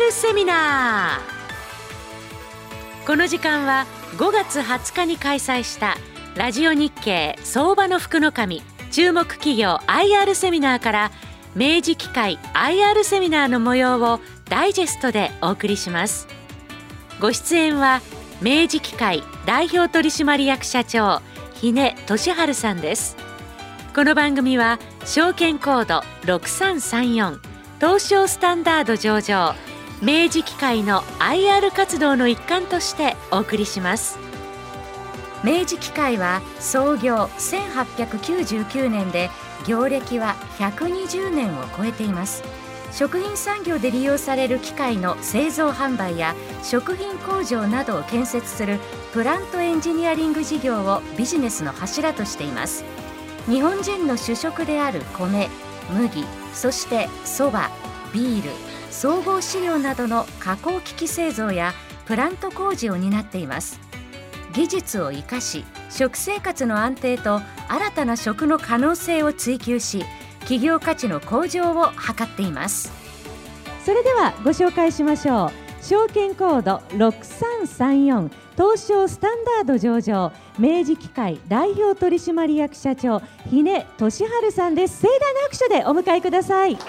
IR セミナー。この時間は5月20日に開催したラジオ日経相場の福の神注目企業 IR セミナーから明治機械 IR セミナーの模様をダイジェストでお送りします。ご出演は明治機械代表取締役社長日根俊治さんです。この番組は証券コード6334東証スタンダード上場明治機械の IR 活動の一環としてお送りします。明治機械は創業1899年で業歴は120年を超えています。食品産業で利用される機械の製造販売や食品工場などを建設するプラントエンジニアリング事業をビジネスの柱としています。日本人の主食である米、麦、そしてそば、ビール、総合飼料などの加工機器製造やプラント工事を担っています。技術を生かし食生活の安定と新たな食の可能性を追求し企業価値の向上を図っています。 それではご紹介しましょう。証券コード6334東証スタンダード上場明治機械代表取締役社長日根俊治さんです。盛大な拍手でお迎えください。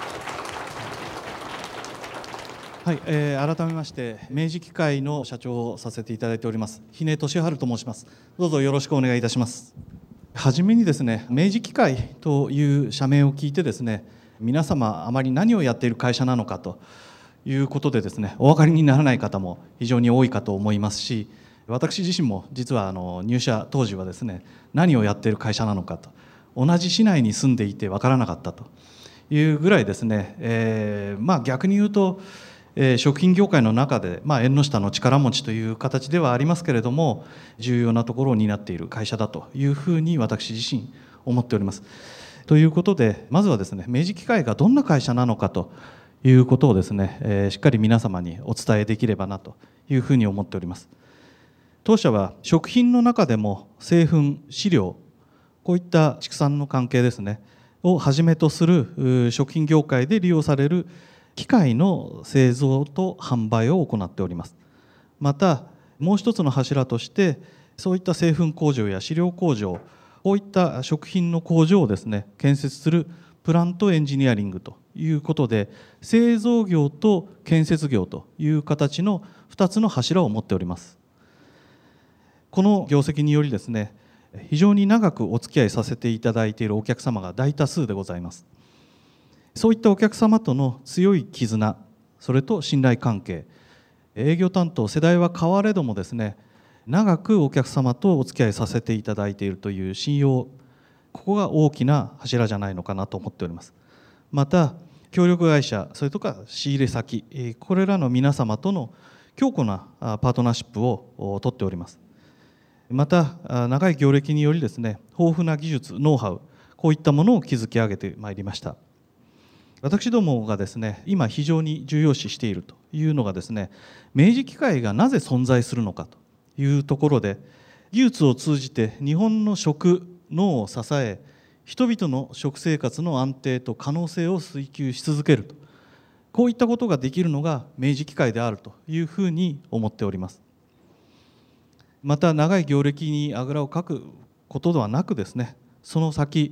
はい、改めまして明治機械の社長をさせていただいております日根俊治と申します。どうぞよろしくお願いいたします。はじめにですね、明治機械という社名を聞いてですね、皆様あまり何をやっている会社なのかということでですね、お分かりにならない方も非常に多いかと思いますし、私自身も実は入社当時はですね、何をやっている会社なのかと、同じ市内に住んでいて分からなかったというぐらいですね、逆に言うと食品業界の中で、縁の下の力持ちという形ではありますけれども、重要なところを担っている会社だというふうに私自身思っております。ということで、まずはですね、明治機械がどんな会社なのかということをですね、しっかり皆様にお伝えできればなというふうに思っております。当社は食品の中でも製粉、飼料、こういった畜産の関係ですねをはじめとする食品業界で利用される機械の製造と販売を行っております。またもう一つの柱としてそういった製粉工場や飼料工場、こういった食品の工場をですね建設するプラントエンジニアリングということで、製造業と建設業という形の2つの柱を持っております。この業績によりですね、非常に長くお付き合いさせていただいているお客様が大多数でございます。そういったお客様との強い絆、それと信頼関係、営業担当世代は変われどもですね、長くお客様とお付き合いさせていただいているという信用、ここが大きな柱じゃないのかなと思っております。また協力会社、それとか仕入れ先、これらの皆様との強固なパートナーシップを取っております。また長い業歴によりですね、豊富な技術、ノウハウ、こういったものを築き上げてまいりました。私どもがですね、今非常に重要視しているというのがですね、明治機械がなぜ存在するのかというところで、技術を通じて日本の食、農を支え、人々の食生活の安定と可能性を追求し続けると、こういったことができるのが明治機械であるというふうに思っております。また長い業歴にあぐらをかくことではなくですね、その先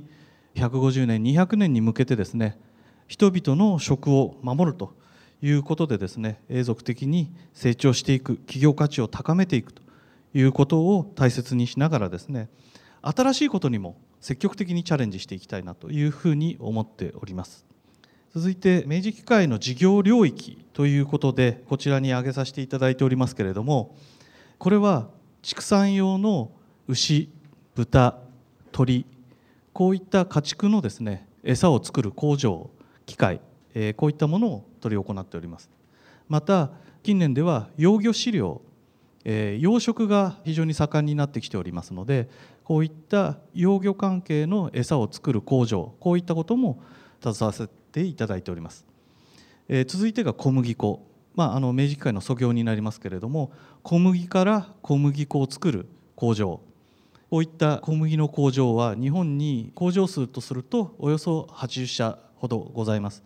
150年、200年に向けてですね、人々の食を守るということでですね、永続的に成長していく、企業価値を高めていくということを大切にしながらですね、新しいことにも積極的にチャレンジしていきたいなというふうに思っております。続いて明治機械の事業領域ということで、こちらに挙げさせていただいておりますけれども、これは畜産用の牛、豚、鶏、こういった家畜のですね、餌を作る工場、機械、こういったものを取り行っております。また近年では養魚飼料、養殖が非常に盛んになってきておりますので、こういった養魚関係の餌を作る工場、こういったことも携わせていただいております。続いてが小麦粉、明治機械の創業になりますけれども、小麦から小麦粉を作る工場、こういった小麦の工場は日本に工場数とするとおよそ80社ほどございます。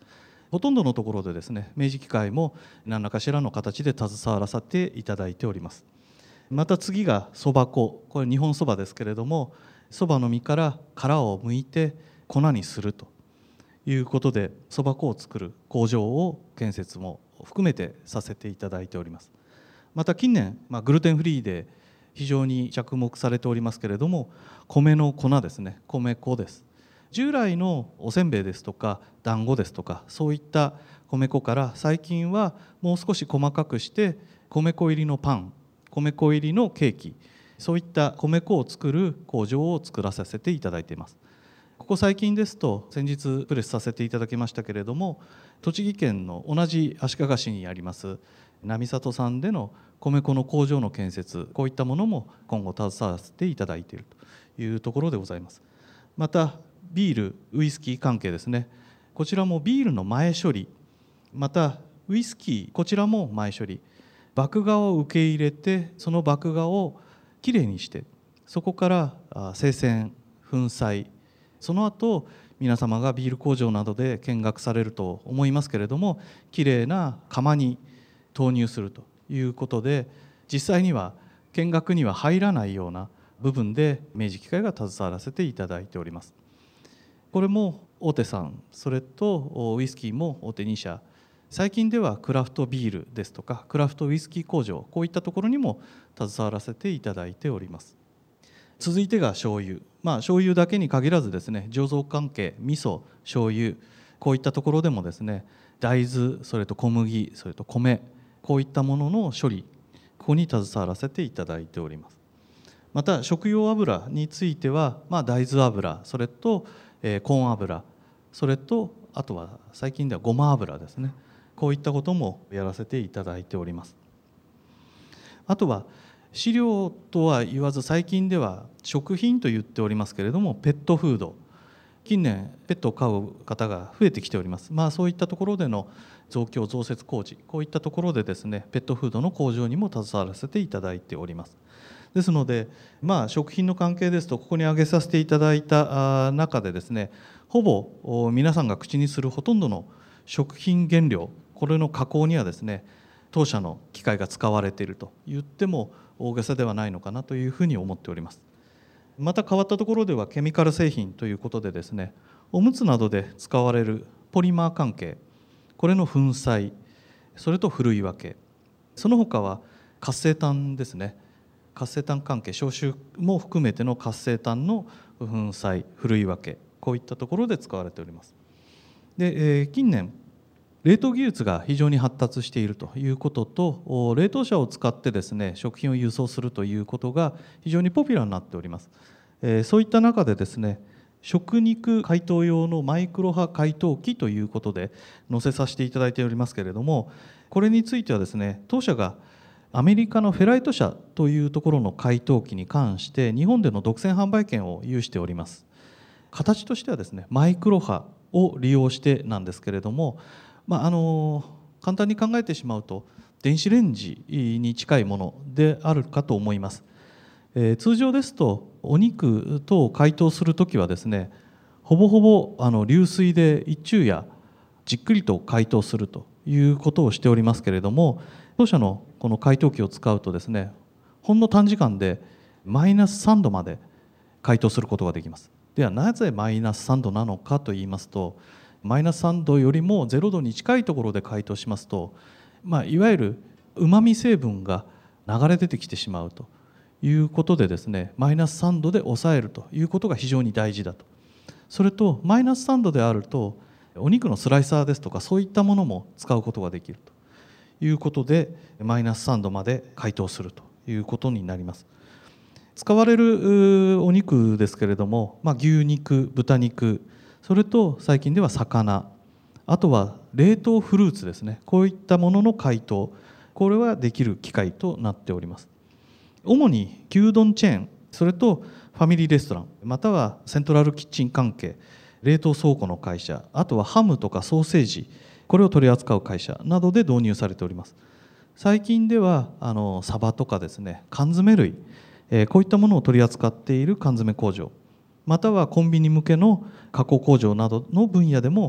ほとんどのところでですね、明治機械も何らかしらの形で携わらせていただいております。また次がそば粉、これ日本そばですけれども、そばの実から殻を剥いて粉にするということで、そば粉を作る工場を建設も含めてさせていただいております。また近年、グルテンフリーで非常に着目されておりますけれども、米の粉ですね、米粉です。従来のおせんべいですとか団子ですとか、そういった米粉から最近はもう少し細かくして米粉入りのパン、米粉入りのケーキ、そういった米粉を作る工場を作らさせていただいています。ここ最近ですと、先日プレスさせていただきましたけれども、栃木県の同じ足利市にあります並里さんでの米粉の工場の建設、こういったものも今後携わらせていただいているというところでございます。またビール、ウイスキー関係ですね、こちらもビールの前処理、またウイスキー、こちらも前処理、麦芽を受け入れて、その麦芽をきれいにして、そこから精選、粉砕、その後皆様がビール工場などで見学されると思いますけれども、きれいな釜に投入するということで、実際には見学には入らないような部分で明治機械が携わらせていただいております。これも大手さん、それとウイスキーも大手2社、最近ではクラフトビールですとかクラフトウイスキー工場、こういったところにも携わらせていただいております。続いてが醤油、醤油だけに限らずですね、醸造関係、味噌、醤油、こういったところでもですね、大豆、それと小麦、それと米、こういったものの処理、ここに携わらせていただいております。また食用油については、大豆油、それとコーン油、それとあとは最近ではごま油ですね、こういったこともやらせていただいております。あとは飼料とは言わず、最近では食品と言っておりますけれども、ペットフード、近年ペットを飼う方が増えてきております。そういったところでの増強増設工事、こういったところでですね、ペットフードの工場にも携わらせていただいております。ですので、食品の関係ですと、ここに挙げさせていただいた中でですね、ほぼ皆さんが口にするほとんどの食品原料、これの加工にはですね、当社の機械が使われていると言っても大げさではないのかなというふうに思っております。また変わったところではケミカル製品ということでですね、おむつなどで使われるポリマー関係、これの粉砕、それとふるい分け、その他は活性炭ですね、活性炭関係、消臭も含めての活性炭の粉砕、ふるい分け、こういったところで使われております。で、近年冷凍技術が非常に発達しているということと、冷凍車を使ってですね、食品を輸送するということが非常にポピュラーになっております。そういった中でですね、食肉解凍用のマイクロ波解凍機ということで載せさせていただいておりますけれども、これについてはですね、当社がアメリカのフェライト社というところの解凍機に関して日本での独占販売権を有しております。形としてはですね、マイクロ波を利用してなんですけれども、簡単に考えてしまうと電子レンジに近いものであるかと思います。通常ですとお肉等を解凍するときはですね、ほぼほぼ流水で一昼夜じっくりと解凍するということをしておりますけれども、当社のこの解凍機を使うとですね、ほんの短時間でマイナス3度まで解凍することができます。ではなぜマイナス3度なのかといいますと、マイナス3度よりも0度に近いところで解凍しますと、いわゆるうまみ成分が流れ出てきてしまうということでですね、マイナス3度で抑えるということが非常に大事だと。それとマイナス3度であるとお肉のスライサーですとかそういったものも使うことができるということで、マイナス3度まで解凍するということになります。使われるお肉ですけれども、牛肉、豚肉、それと最近では魚、あとは冷凍フルーツですね、こういったものの解凍、これはできる機械となっております。主に牛丼チェーン、それとファミリーレストラン、またはセントラルキッチン関係、冷凍倉庫の会社、あとはハムとかソーセージ、これを取り扱う会社などで導入されております。最近ではサバとかですね、缶詰類、こういったものを取り扱っている缶詰工場、またはコンビニ向けの加工工場などの分野でも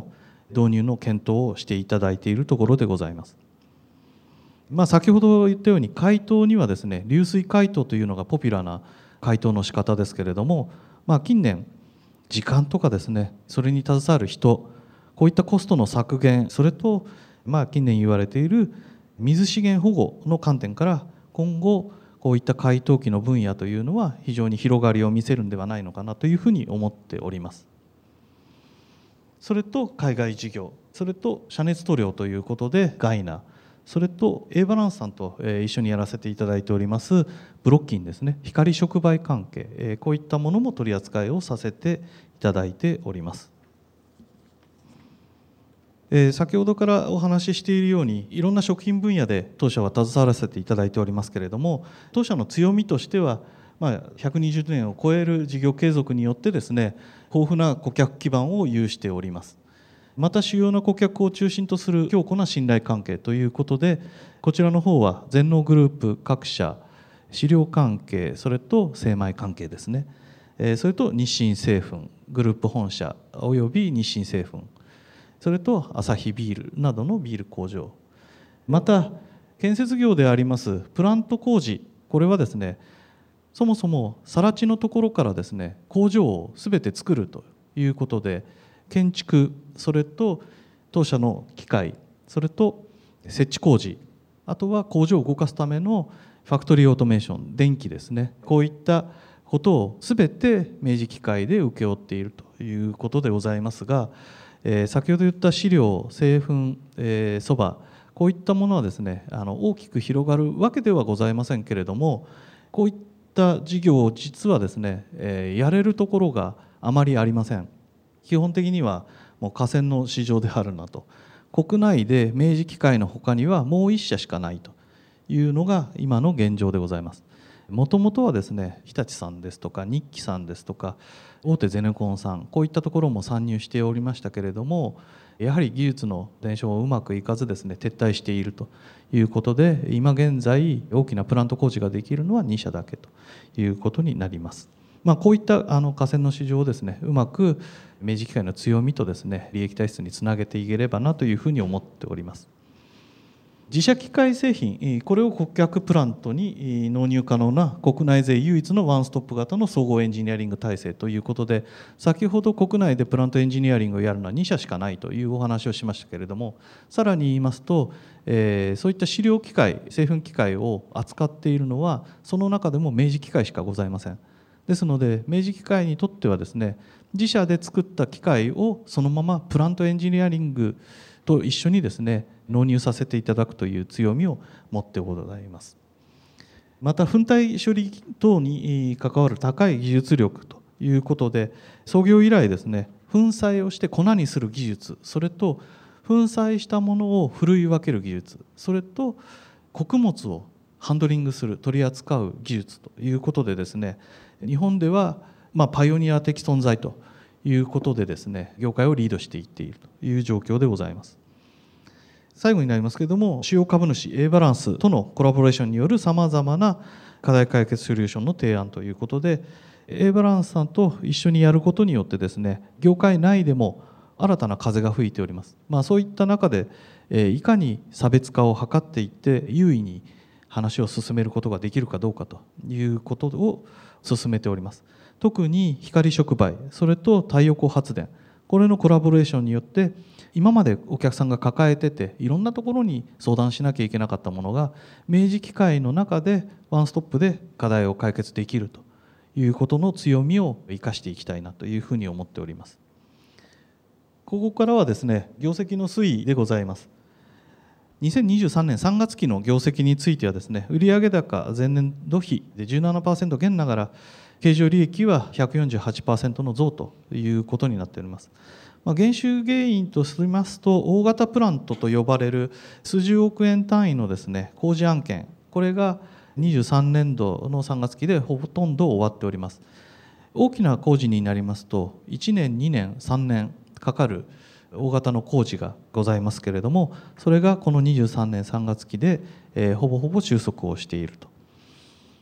導入の検討をしていただいているところでございます。先ほど言ったように解凍にはですね、流水解凍というのがポピュラーな解凍の仕方ですけれども、近年時間とかですね、それに携わる人、こういったコストの削減、それと近年言われている水資源保護の観点から今後こういった解凍機の分野というのは非常に広がりを見せるんではないのかなというふうに思っております。それと海外事業、それと遮熱塗料ということでガイナ、それと A バランスさんと一緒にやらせていただいておりますブロッキンですね、光触媒関係、こういったものも取り扱いをさせていただいております。先ほどからお話ししているように、いろんな食品分野で当社は携わらせていただいておりますけれども、当社の強みとしては120年を超える事業継続によってですね、豊富な顧客基盤を有しております。また主要な顧客を中心とする強固な信頼関係ということで、こちらの方は全農グループ各社、飼料関係、それと精米関係ですね、それと日清製粉グループ本社および日清製粉、それとアサヒビールなどのビール工場、また建設業でありますプラント工事、これはですね、そもそも更地のところからですね、工場をすべて作るということで、建築、それと当社の機械、それと設置工事、あとは工場を動かすためのファクトリーオートメーション、電気ですね、こういったことをすべて明治機械で請け負っているということでございますが、先ほど言った飼料、製粉、そば、こういったものはですね、大きく広がるわけではございませんけれども、こういった事業を実はですね、やれるところがあまりありません。基本的にはもう河川の市場であるなと、国内で明治機械のほかにはもう1社しかないというのが今の現状でございます。もともとはですね、日立さんですとか日揮さんですとか大手ゼネコンさん、こういったところも参入しておりましたけれども、やはり技術の伝承をうまくいかずですね、撤退しているということで、今現在大きなプラント工事ができるのは2社だけということになります。こういった河川の市場をですね、うまく明治機械の強みとですね、利益体質につなげていければなというふうに思っております。自社機械製品、これを顧客プラントに納入可能な国内勢唯一のワンストップ型の総合エンジニアリング体制ということで、先ほど国内でプラントエンジニアリングをやるのは2社しかないというお話をしましたけれども、さらに言いますと、そういった飼料機械、製粉機械を扱っているのはその中でも明治機械しかございません。ですので明治機械にとってはですね、自社で作った機械をそのままプラントエンジニアリングと一緒にですね、納入させていただくという強みを持ってございます。また粉体処理等に関わる高い技術力ということで、創業以来ですね、粉砕をして粉にする技術、それと粉砕したものをふるい分ける技術、それと穀物をハンドリングする、取り扱う技術ということでですね、日本ではパイオニア的存在ということでですね、業界をリードしていっているという状況でございます。最後になりますけれども、主要株主 A バランスとのコラボレーションによるさまざまな課題解決ソリューションの提案ということで、 A バランスさんと一緒にやることによってですね、業界内でも新たな風が吹いております。そういった中でいかに差別化を図っていって優位に話を進めることができるかどうかということを進めております。特に光触媒、それと太陽光発電、これのコラボレーションによって今までお客さんが抱えてていろんなところに相談しなきゃいけなかったものが明治機械の中でワンストップで課題を解決できるということの強みを生かしていきたいなというふうに思っております。ここからはですね、業績の推移でございます。2023年3月期の業績についてはですね、売上高前年度比で 17% 減ながら経常利益は 148% の増ということになっております。減収原因としますと、大型プラントと呼ばれる数十億円単位のですね、工事案件、これが23年度の3月期でほとんど終わっております。大きな工事になりますと1年2年3年かかる大型の工事がございますけれども、それがこの23年3月期でほぼほぼ収束をしていると。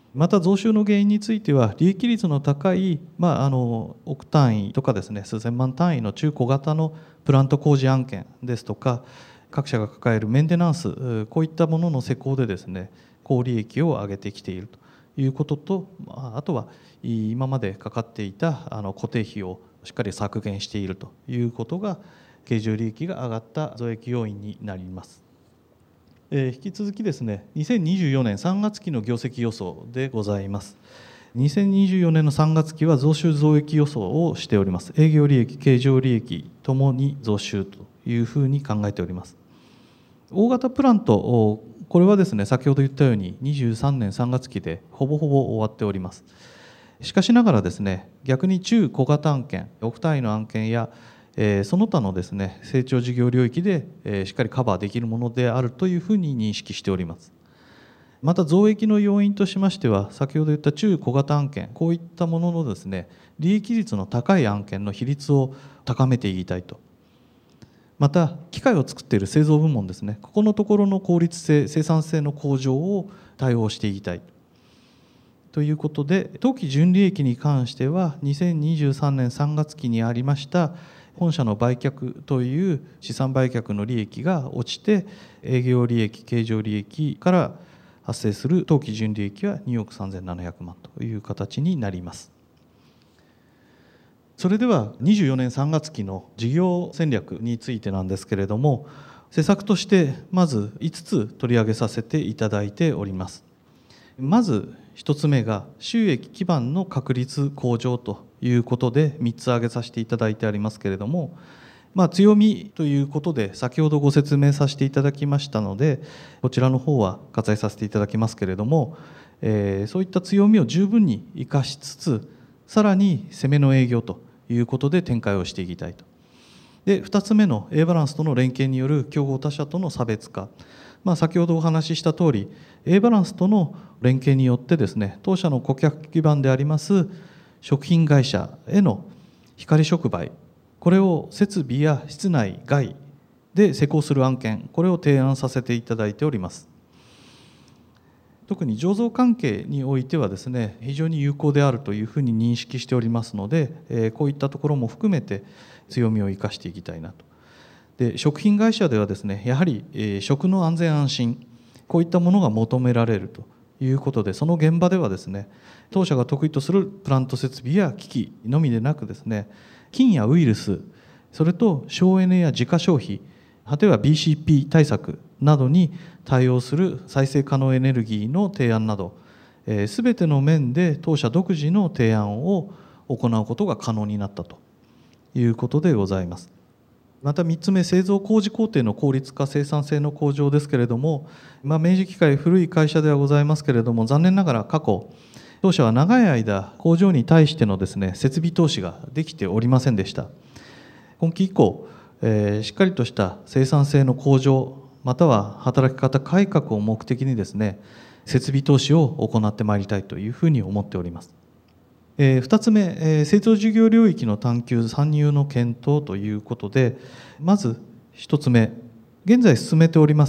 また増収の原因については、利益率の高い、億単位とかですね、数千万単位の中小型のプラント工事案件ですとか、各社が抱えるメンテナンス、こういったものの施工でですね、高利益を上げてきているということと、あとは今までかかっていた固定費をしっかり削減しているということが、経常利益が上がった増益要因になります。引き続きですね、2024年3月期の業績予想でございます。2024年の3月期は増収増益予想をしております。営業利益、経常利益ともに増収というふうに考えております。大型プラント、これはですね、先ほど言ったように23年3月期でほぼほぼ終わっております。しかしながらですね、逆に中小型案件、億単位の案件やその他のですね、成長事業領域でしっかりカバーできるものであるというふうに認識しております。また増益の要因としましては、先ほど言った中小型案件、こういったもののですね、利益率の高い案件の比率を高めていきたいと。また機械を作っている製造部門ですね、ここのところの効率性、生産性の向上を対応していきたいということで、当期純利益に関しては2023年3月期にありました本社の売却という資産売却の利益が落ちて、営業利益、経常利益から発生する当期純利益は2億3700万という形になります。それでは24年3月期の事業戦略についてなんですけれども、施策としてまず5つ取り上げさせていただいております。まず1つ目が収益基盤の確率向上ということで3つ挙げさせていただいてありますけれども、強みということで先ほどご説明させていただきましたので、こちらの方は割愛させていただきますけれども、そういった強みを十分に生かしつつ、さらに攻めの営業ということで展開をしていきたいと。で2つ目の A バランスとの連携による競合他社との差別化、先ほどお話しした通り A バランスとの連携によってですね、当社の顧客基盤であります食品会社への光触媒、これを設備や室内外で施工する案件、これを提案させていただいております。特に醸造関係においてはですね、非常に有効であるというふうに認識しておりますので、こういったところも含めて強みを生かしていきたいなと。で食品会社ではですね、やはり食の安全安心、こういったものが求められるということで、その現場ではですね、当社が得意とするプラント設備や機器のみでなくですね、菌やウイルス、それと省エネや自家消費、果ては BCP 対策などに対応する再生可能エネルギーの提案など、すべての面で当社独自の提案を行うことが可能になったということでございます。また3つ目、製造工事工程の効率化、生産性の向上ですけれども、明治機械、古い会社ではございますけれども、残念ながら過去当社は長い間工場に対してのですね、設備投資ができておりませんでした。今期以降、しっかりとした生産性の向上、または働き方改革を目的にですね、設備投資を行ってまいりたいというふうに思っております。2つ目、成長事業領域の探求参入の検討ということで、まず1つ目、現在進めております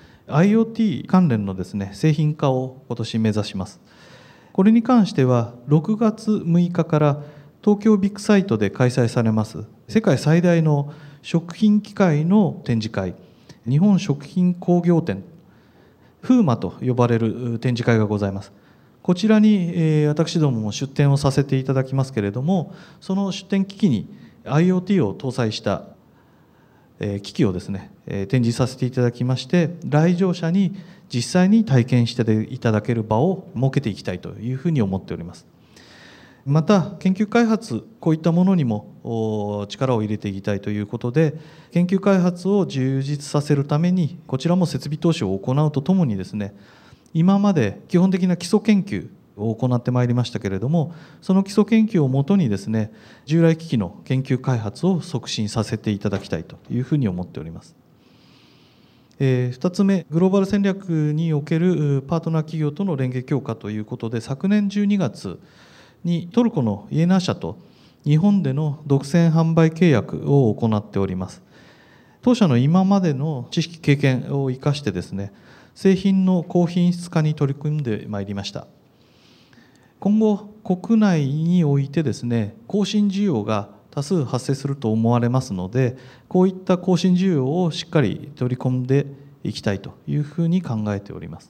IoT 関連のですね、製品化を今年目指します。これに関しては6月6日から東京ビッグサイトで開催されます世界最大の食品機械の展示会、日本食品工業展、FUMA と呼ばれる展示会がございます。こちらに私どもも出展をさせていただきますけれども、その出展機器に IoT を搭載した機器をですね、展示させていただきまして、来場者に実際に体験していただける場を設けていきたいというふうに思っております。また研究開発、こういったものにも力を入れていきたいということで、研究開発を充実させるためにこちらも設備投資を行うとともにですね、今まで基本的な基礎研究を行ってまいりましたけれども、その基礎研究をもとにですね、従来機器の研究開発を促進させていただきたいというふうに思っております。2つ目、グローバル戦略におけるパートナー企業との連携強化ということで、昨年12月にトルコのイエナー社と日本での独占販売契約を行っております。当社の今までの知識経験を生かしてですね、製品の高品質化に取り組んでまいりました。 今後国内においてですね、更新需要が多数発生すると思われますので、こういった更新需要をしっかり取り込んでいきたいというふうに考えております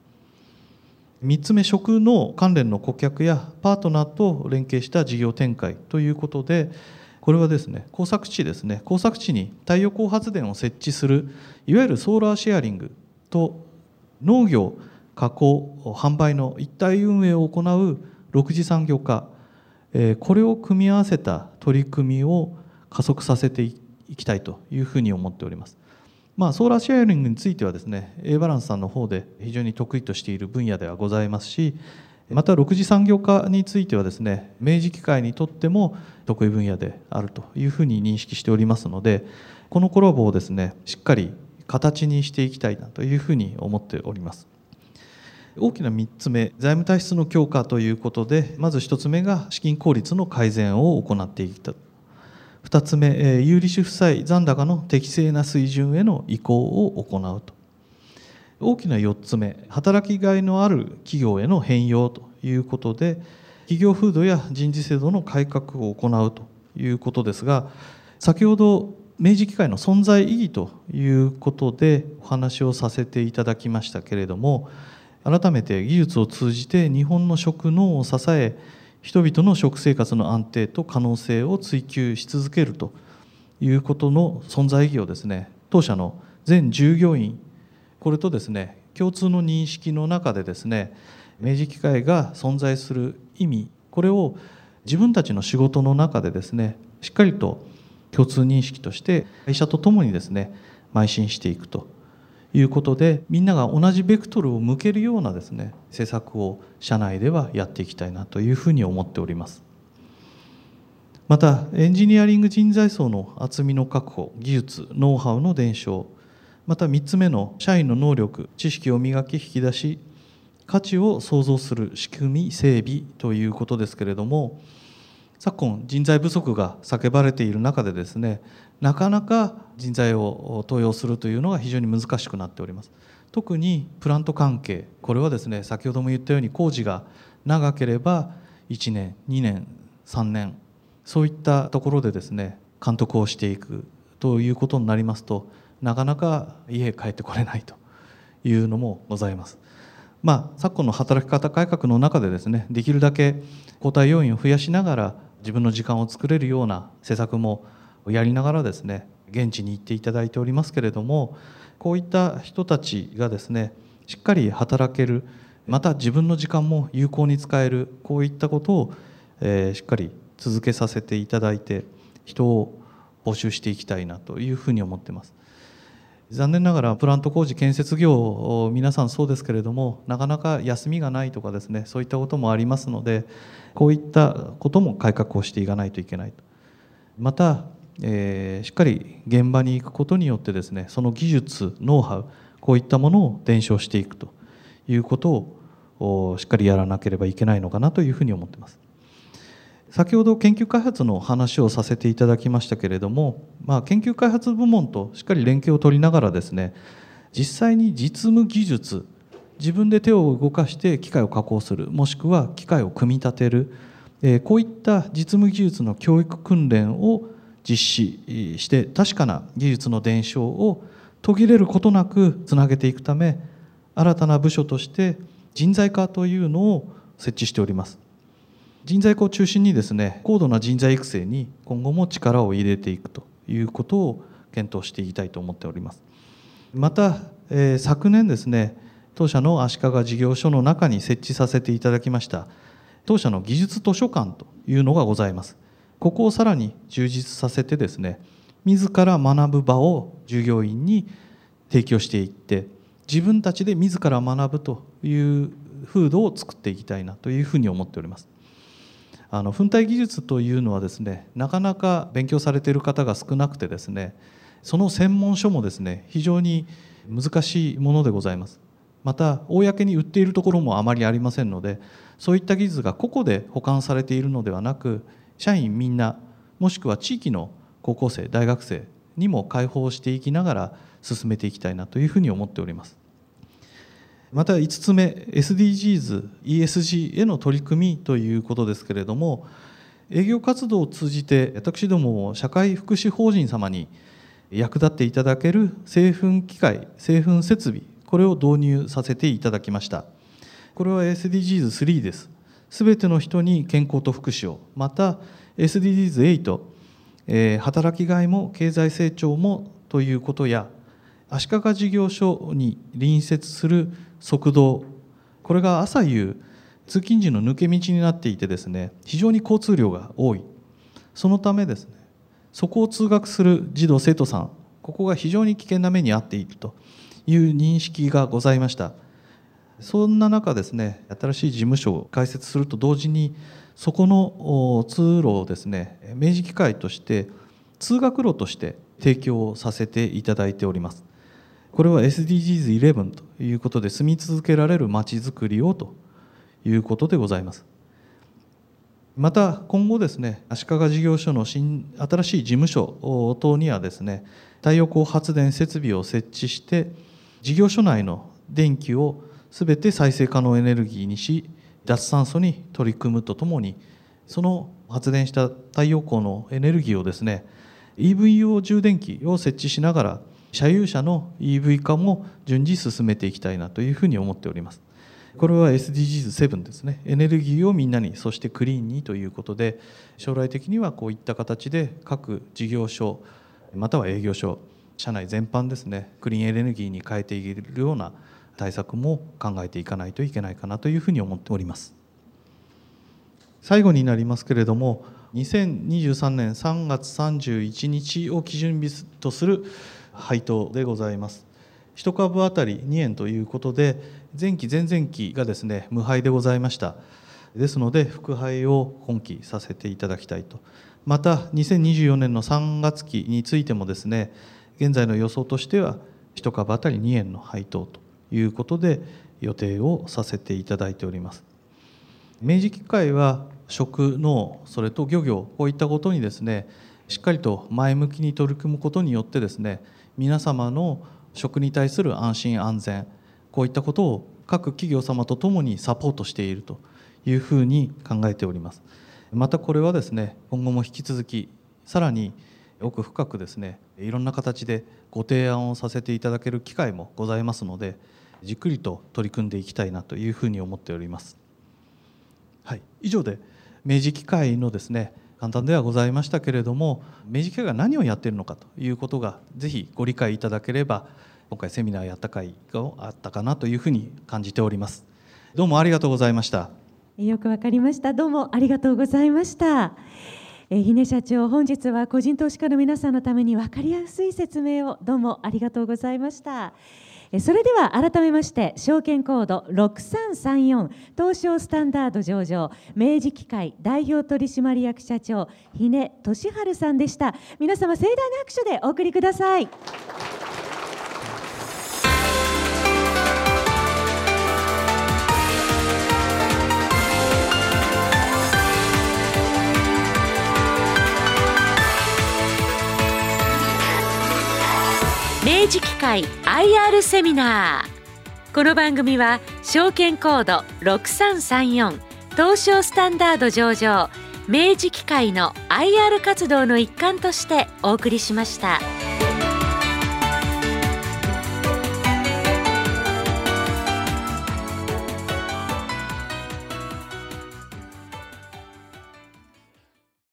。3つ目、食の関連の顧客やパートナーと連携した事業展開ということで、これはですね、工作地ですね、工作地に太陽光発電を設置する、いわゆるソーラーシェアリングと農業加工販売の一体運営を行う6次産業化、これを組み合わせた取り組みを加速させていきたいというふうに思っております。ソーラーシェアリングについてはですね、Aバランスさんの方で非常に得意としている分野ではございますし、また6次産業化についてはですね、明治機械にとっても得意分野であるというふうに認識しておりますので、このコラボをですね、しっかり形にしていきたいなというふうに思っております。大きな3つ目、財務体質の強化ということで、まず1つ目が資金効率の改善を行っていきたい。2つ目、有利子負債残高の適正な水準への移行を行うと。大きな4つ目、働きがいのある企業への変容ということで、企業風土や人事制度の改革を行うということですが、先ほど明治機械の存在意義ということでお話をさせていただきましたけれども、改めて技術を通じて日本の食農を支え、人々の食生活の安定と可能性を追求し続けるということの存在意義をですね、当社の全従業員、これとですね、共通の認識の中でですね、明治機械が存在する意味、これを自分たちの仕事の中でですね、しっかりと共通認識として会社とともにですね、邁進していくということで、みんなが同じベクトルを向けるようなですね、施策を社内ではやっていきたいなというふうに思っております。またエンジニアリング人材層の厚みの確保、技術ノウハウの伝承、また3つ目の社員の能力知識を磨き引き出し価値を創造する仕組み整備ということですけれども、昨今人材不足が叫ばれている中でですね、なかなか人材を登用するというのが非常に難しくなっております。特にプラント関係、これはですね、先ほども言ったように工事が長ければ1年2年3年、そういったところでですね、監督をしていくということになりますと、なかなか家へ帰ってこれないというのもございます。昨今の働き方改革の中でですね、できるだけ交代要員を増やしながら自分の時間を作れるような施策もやりながらですね、現地に行っていただいておりますけれども、こういった人たちがですね、しっかり働ける、また自分の時間も有効に使える、こういったことをしっかり続けさせていただいて、人を募集していきたいなというふうに思っています。残念ながらプラント工事建設業、皆さんそうですけれども、なかなか休みがないとかですね、そういったこともありますので、こういったことも改革をしていかないといけないと。また、しっかり現場に行くことによってですね、その技術ノウハウ、こういったものを伝承していくということをしっかりやらなければいけないのかなというふうに思っています。先ほど研究開発の話をさせていただきましたけれども、研究開発部門としっかり連携を取りながらですね、実際に実務技術、自分で手を動かして機械を加工する、もしくは機械を組み立てる、こういった実務技術の教育訓練を実施して確かな技術の伝承を途切れることなくつなげていくため、新たな部署として人材課というのを設置しております。人材課を中心にですね、高度な人材育成に今後も力を入れていくということを検討していきたいと思っております。また、昨年ですね、当社の足利事業所の中に設置させていただきました当社の技術図書館というのがございます。ここをさらに充実させてですね、自ら学ぶ場を従業員に提供していって、自分たちで自ら学ぶという風土を作っていきたいなというふうに思っております。粉体技術というのはですね、なかなか勉強されている方が少なくてですね、その専門書もですね、非常に難しいものでございます。また公に売っているところもあまりありませんので、そういった技術が個々で保管されているのではなく、社員みんな、もしくは地域の高校生大学生にも開放していきながら進めていきたいなというふうに思っております。 また5つ目 SDGs、ESG への取り組みということですけれども、営業活動を通じて私ども社会福祉法人様に役立っていただける製粉機械、製粉設備、これを導入させていただきました。これは SDGs3 です。すべての人に健康と福祉を、また SDGs8、働きがいも経済成長もということや、足利事業所に隣接する側道、これが朝夕通勤時の抜け道になっていてですね、非常に交通量が多い。そのためですね、そこを通学する児童生徒さん、ここが非常に危険な目に遭っているという認識がございました。そんな中ですね、新しい事務所を開設すると同時に、そこの通路をですね、明治機械として通学路として提供させていただいております。これは SDGs11 ということで、住み続けられるまちづくりをということでございます。また今後ですね、足利事業所の新しい事務所等にはですね、太陽光発電設備を設置して、事業所内の電気をすべて再生可能エネルギーにし、脱炭素に取り組むとともに、その発電した太陽光のエネルギーをですね、EV 用充電器を設置しながら、社有車の EV 化も順次進めていきたいなというふうに思っております。これは SDGs7 ですね。エネルギーをみんなに、そしてクリーンにということで、将来的にはこういった形で各事業所または営業所、社内全般ですね、クリーンエネルギーに変えていけるような対策も考えていかないといけないかなというふうに思っております。最後になりますけれども、2023年3月31日を基準日とする配当でございます。1株当たり2円ということで、前期前々期がですね、無配でございました。ですので復配を今期させていただきたいと。また2024年の3月期についてもですね、現在の予想としては1株当たり2円の配当ということで予定をさせていただいております。明治機械は食農、それと漁業、こういったことにですね、しっかりと前向きに取り組むことによってですね、皆様の食に対する安心安全、こういったことを各企業様とともにサポートしているというふうに考えております。またこれはですね、今後も引き続きさらに奥深くですね、いろんな形でご提案をさせていただける機会もございますので、じっくりと取り組んでいきたいなというふうに思っております。はい、以上で明治機械のですね、簡単ではございましたけれども、明治機械が何をやっているのかということがぜひご理解いただければ、今回セミナーやった回があったかなというふうに感じております。どうもありがとうございました。 よくわかりました。どうもありがとうございました。日根社長、本日は個人投資家の皆さんのために分かりやすい説明をどうもありがとうございました。それでは改めまして、証券コード6334東証スタンダード上場明治機械代表取締役社長日根俊治さんでした。皆様盛大な拍手でお送りください。 明治機械 IR セミナー。この番組は証券コード6334東証スタンダード上場明治機械の IR 活動の一環としてお送りしました。